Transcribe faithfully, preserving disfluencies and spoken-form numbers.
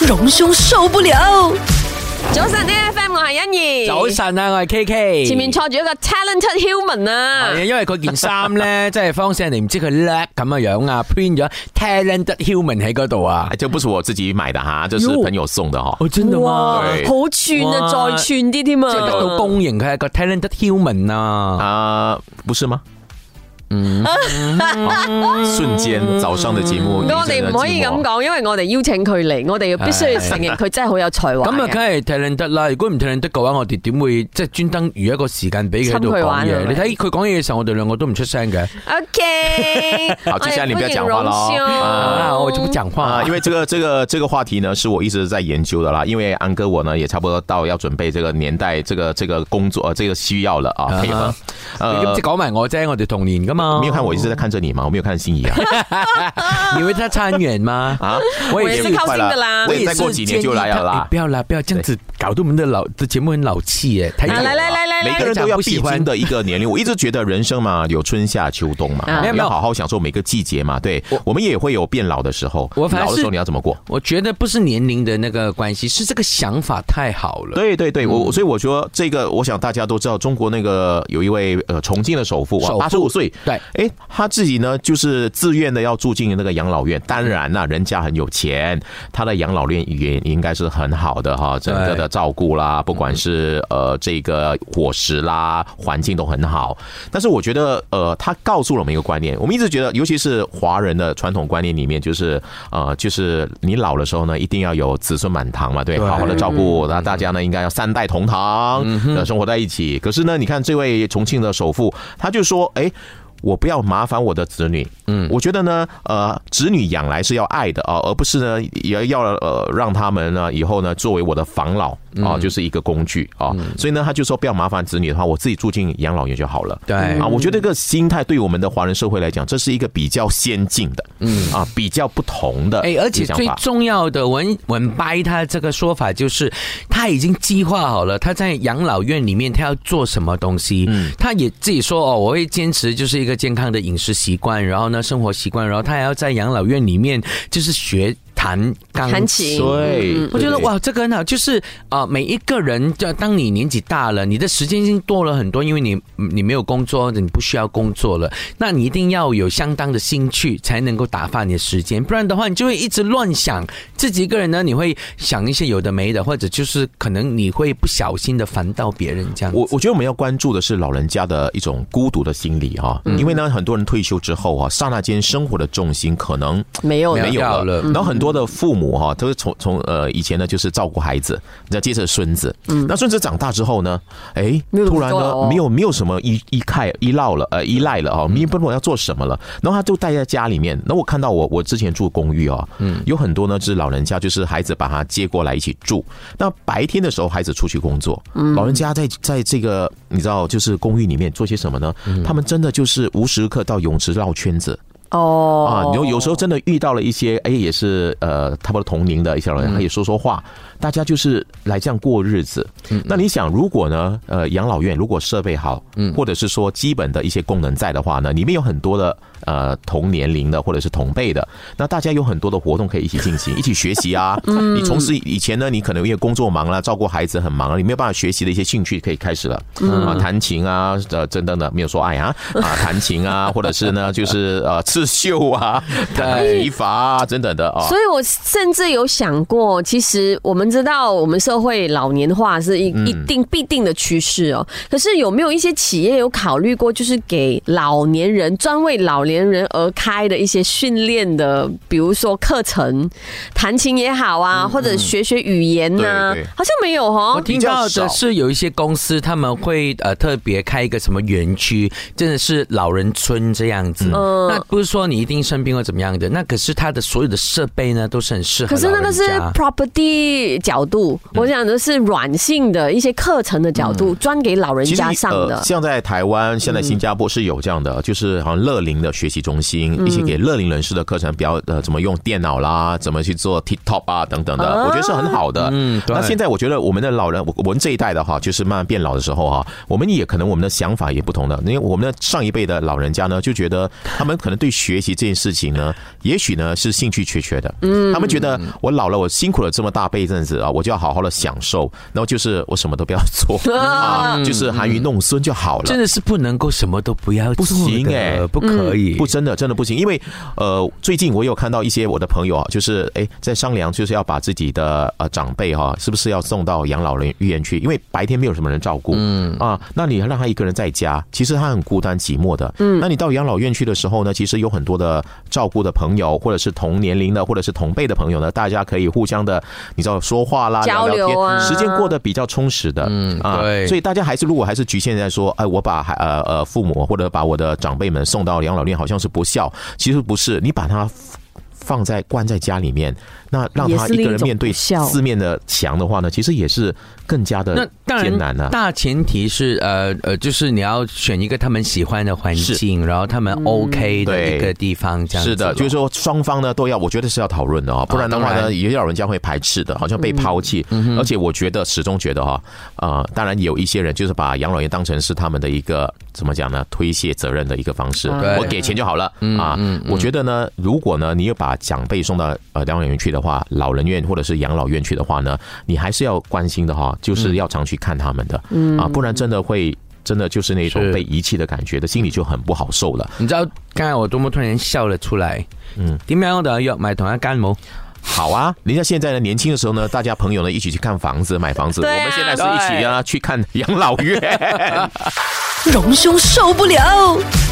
榮兄受不了。 早晨 ，A F M 我係欣怡。 早晨啊，我係 K K。 前面坐住一個 talented human 啊。 係啊，因為佢件衫咧，即係方式人哋唔知佢叻咁嘅樣啊 ，print 咗 talented human 喺嗰度啊。 這不是我自己買的哈，這是朋友送的哈。 哦，真的嗎？ 好串啊，再串啲添啊。 即係得到公認，佢係個 talented human 啊。 啊，不是嗎？嗯，瞬間早上的節目， 我哋唔可以咁講，因為我哋邀請佢嚟，我哋要必須要承認佢真係好有才華。 咁啊，梗係 talented啦！如果唔 talented嘅話，我哋點會即係專登預一個時間俾佢喺度講嘢？你睇佢講嘢嘅時候，我哋兩個都唔出聲嘅。 OK， 好，接下來你不要講話咯。 啊，我就不講話啊， 因為這個這個這個話題呢，是我一直在研究的啦。因為安哥我呢，也差不多到要準備這個年代，這個這個工作，這個需要了啊，配合。 呃，即係講埋我啫，我哋同年噶嘛。 沒有看我一直在看着你嗎？我沒有看欣怡啊。 你以為他差很遠嗎？啊， 我也是靠近的啦。 我也再過幾年就來了啦。 不要啦，不要這樣子搞到我們的老的節目很老氣耶。 來來來來來， 每個人都要必經的一個年齡。我一直覺得人生嘛，有春夏秋冬嘛，你要好好享受每個季節嘛。對，我們也會有變老的時候。我老的時候你要怎麼過？ 我覺得不是年齡的那個關係，是這個想法太好了。 對對對，我所以我說這個，我想大家都知道，中國那個有一位呃重慶的首富啊，八十五歲， 對， 哎，他自己呢就是自願的要住進那個養老院。當然啦，人家很有錢，他的養老院也應該是很好的哈，整個的照顧啦，不管是呃這個伙食啦，環境都很好。但是我覺得呃，他告訴了我們一個觀念，我們一直覺得，尤其是華人的傳統觀念裡面，就是呃，就是你老的時候呢，一定要有子孫滿堂嘛，對，好好的照顧，那大家呢應該要三代同堂，呃，生活在一起。可是呢，你看這位重慶的首富，他就說，哎，我不要麻煩我的子女，嗯，我覺得呢，呃，子女養來是要愛的啊，而不是呢，也要呃讓他們呢以後呢作為我的防老啊，就是一個工具啊，所以呢，他就說不要麻煩子女的話，我自己住進養老院就好了。 對啊，我覺得這個心態對於我們的華人社會來講，這是一個比較先進的，嗯啊，比較不同的。 哎，而且最重要的，我我掰他這個說法就是，他已經計劃好了，他在養老院裡面他要做什麼東西，嗯，他也自己說哦，我會堅持就是一個健康的飲食習慣，然後呢生活習慣，然後他還要在養老院裡面就是學彈鋼琴。 對， 我覺得哇，這個很好，就是啊、呃，每一個人，就當你年紀大了，你的時間已經多了很多，因為你你沒有工作，你不需要工作了，那你一定要有相當的興趣，才能夠打發你的時間，不然的話，你就會一直亂想。自己一個人呢，你會想一些有的沒的，或者就是可能你會不小心的煩到別人這樣子。 我我覺得我們要關注的是老人家的一種孤獨的心理哈，因為呢，很多人退休之後啊，剎那間生活的重心可能沒有沒有了，然後很多的父母哈，都是從從呃以前呢就是照顧孩子，再接着孫子，嗯，那孫子長大之後呢，哎，突然呢沒有沒有什麼依依靠依賴了，呃依賴了啊，你不知道要做什麼了，然後他就待在家裡面。那我看到我我之前住公寓啊，嗯，有很多呢就是老人家，就是孩子把他接過來一起住，那白天的時候孩子出去工作，嗯，老人家在在這個你知道就是公寓裡面做些什麼呢？嗯，他們真的就是無時刻到泳池繞圈子。 哦啊， 有有時候真的遇到了一些哎，也是呃差不多同齡的一些老人，他也說說話，大家就是來這樣過日子。嗯，那你想，如果呢，呃，養老院如果設備好，嗯，或者是說基本的一些功能在的話呢，裡面有很多的呃同年齡的或者是同輩的，那大家有很多的活動可以一起進行，一起學習啊。嗯，你從事以前呢，你可能因為工作忙了，照顧孩子很忙了，你沒有辦法學習的一些興趣可以開始了。嗯啊，彈琴啊，呃，等等的，沒有說愛啊啊，彈琴啊，或者是呢，就是呃刺繡啊、彈琵琶啊等等的啊。 所以我甚至有想過，其實我們知道我們社會老年化是一一定必定的趨勢哦。可是有沒有一些企業有考慮過，就是給老年人專為老年人而開的一些訓練的，比如說課程，彈琴也好啊，或者學學語言啊，好像沒有哦。 我聽到的是有一些公司他們會呃特別開一個什麼園區，真的是老人村這樣子。嗯，那不是說你一定生病或怎麼樣的，那可是他的所有的設備呢都是很適合老人家。可是那個是 property 角度，我想的是軟性的一些課程的角度，專給老人家上的。 呃、像在台灣、現在新加坡是有這樣的，就是好像樂齡的學習中心，一些給樂齡人士的課程，比較呃怎麼用電腦啦，怎麼去做 TikTok 啊等等的，我覺得是很好的。嗯，那現在我覺得我們的老人，我們這一代的話，就是慢慢變老的時候哈，我們也可能我們的想法也不同的，因為我們的上一輩的老人家呢，就覺得他們可能對学习这件事情呢，也许呢是兴趣缺缺的。嗯，他们觉得我老了，我辛苦了这么大辈阵子啊，我就要好好的享受，然后就是我什么都不要做啊，就是含饴弄孙就好了。 真的是不能够什么都不要做的， 不行哎、欸， 不可以， 不真的真的不行，因为呃，最近我有看到一些我的朋友啊，就是哎在商量，就是要把自己的呃长辈哈、啊，是不是要送到养老院去？因为白天没有什么人照顾，嗯啊，那你让他一个人在家，其实他很孤单寂寞的。嗯，那你到养老院去的时候呢，其实有很多的照顾的朋友，或者是同年龄的，或者是同辈的朋友呢，大家可以互相的，你知道说话啦， 交流啊， 聊聊天，时间过得比较充实的。嗯啊，对，所以大家还是如果还是局限在说，哎，我把呃呃父母或者把我的长辈们送到养老院，好像是不孝，其实不是，你把他放在关在家里面，那让他一个人面对四面的墙的话呢，其实也是更加的艰难啊。 大前提是呃呃，就是你要选一个他们喜欢的环境，然后他们 OK 的一个地方，这样子。 是的，就是说双方呢都要，我觉得是要讨论的啊，不然的话呢，有些老人家会排斥的，好像被抛弃。嗯、而且我觉得始终觉得哈，呃，当然有一些人就是把养老院当成是他们的一个怎么讲呢，推卸责任的一个方式。我给钱就好了啊。嗯嗯、我觉得呢，如果呢，你又把长辈送到呃养老院去的话，老人院或者是养老院去的话呢，你还是要关心的哈，就是要常去看他们的，嗯啊，不然真的会真的就是那种被遗弃的感觉的，心里就很不好受了。 你知道刚才我多么突然笑了出来？嗯，點解我哋要買同一間冇？ 好啊，人家现在呢，年轻的时候呢，大家朋友呢一起去看房子、买房子，啊、我们现在是一起啊去看养老院。 荣兄受不了。